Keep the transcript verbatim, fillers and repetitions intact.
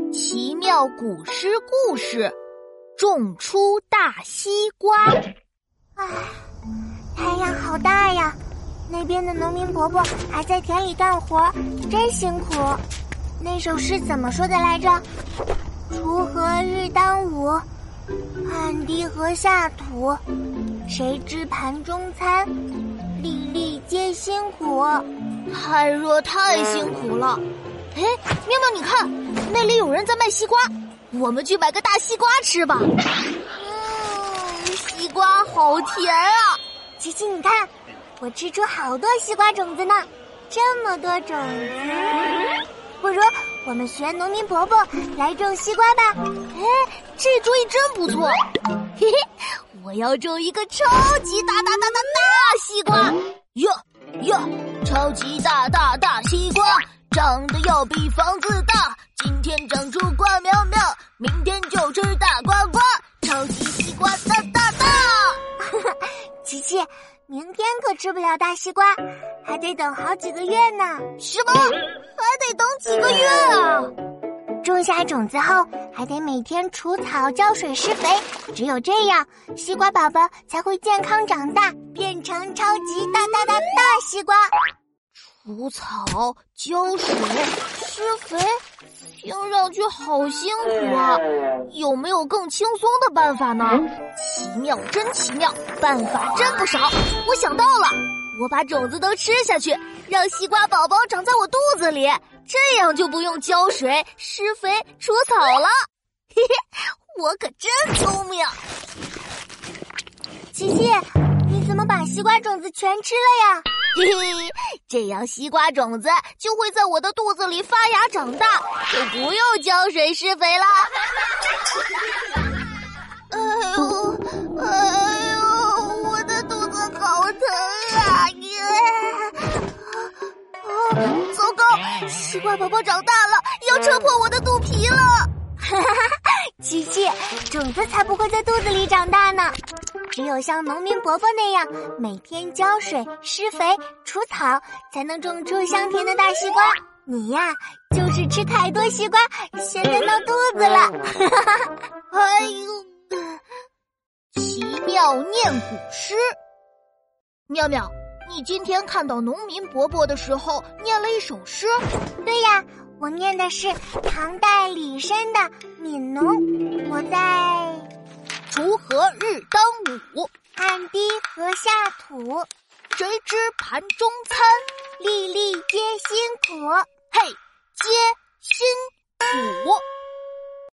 奇妙古诗故事，种出大西瓜。 唉，太阳好大呀，那边的农民伯伯还在田里干活，真辛苦。那首诗怎么说的来着？锄禾日当午，汗滴禾下土，谁知盘中餐，粒粒皆辛苦。 太热太辛苦了。哎，妙妙你看，那里有人在卖西瓜，我们去买个大西瓜吃吧。嗯，西瓜好甜啊。 琪琪你看，我吃出好多西瓜种子呢，这么多种子，不如我们学农民伯伯来种西瓜吧。 哎，这主意真不错。嘿嘿，我要种一个超级大大大大大西瓜。哟哟，超级大大大西瓜，长得要比房子大，今天长出瓜苗苗，明天就吃大瓜瓜，超级西瓜大大大。 琪琪，明天可吃不了大西瓜，还得等好几个月呢。 什么？还得等几个月啊？ 种下种子后，还得每天除草、浇水、施肥，只有这样，西瓜宝宝才会健康长大，变成超级大大大大西瓜。 除草、浇水、施肥，听上去好辛苦啊！有没有更轻松的办法呢？奇妙，真奇妙，办法真不少。我想到了，我把种子都吃下去，让西瓜宝宝长在我肚子里，这样就不用浇水、施肥、除草了。嘿嘿，我可真聪明。 琪琪，你怎么把西瓜种子全吃了呀？ 嘿嘿，这样西瓜种子就会在我的肚子里发芽长大，就不用浇水施肥啦。哎呦，哎呦，我的肚子好疼啊！哦，糟糕，西瓜宝宝长大了，要戳破我的肚皮了。 哈哈哈，琪琪，种子才不会在肚子里长大呢。只有像农民伯伯那样，每天浇水、施肥、除草，才能种出香甜的大西瓜。你呀，就是吃太多西瓜，现在闹肚子了。 哎呦，奇妙念古诗。妙妙，你今天看到农民伯伯的时候，念了一首诗。 对呀，我念的是唐代李绅的《悯农》。我在锄禾日当午， 汗滴禾下土， 谁知盘中餐， 粒粒皆辛苦。 嘿，皆辛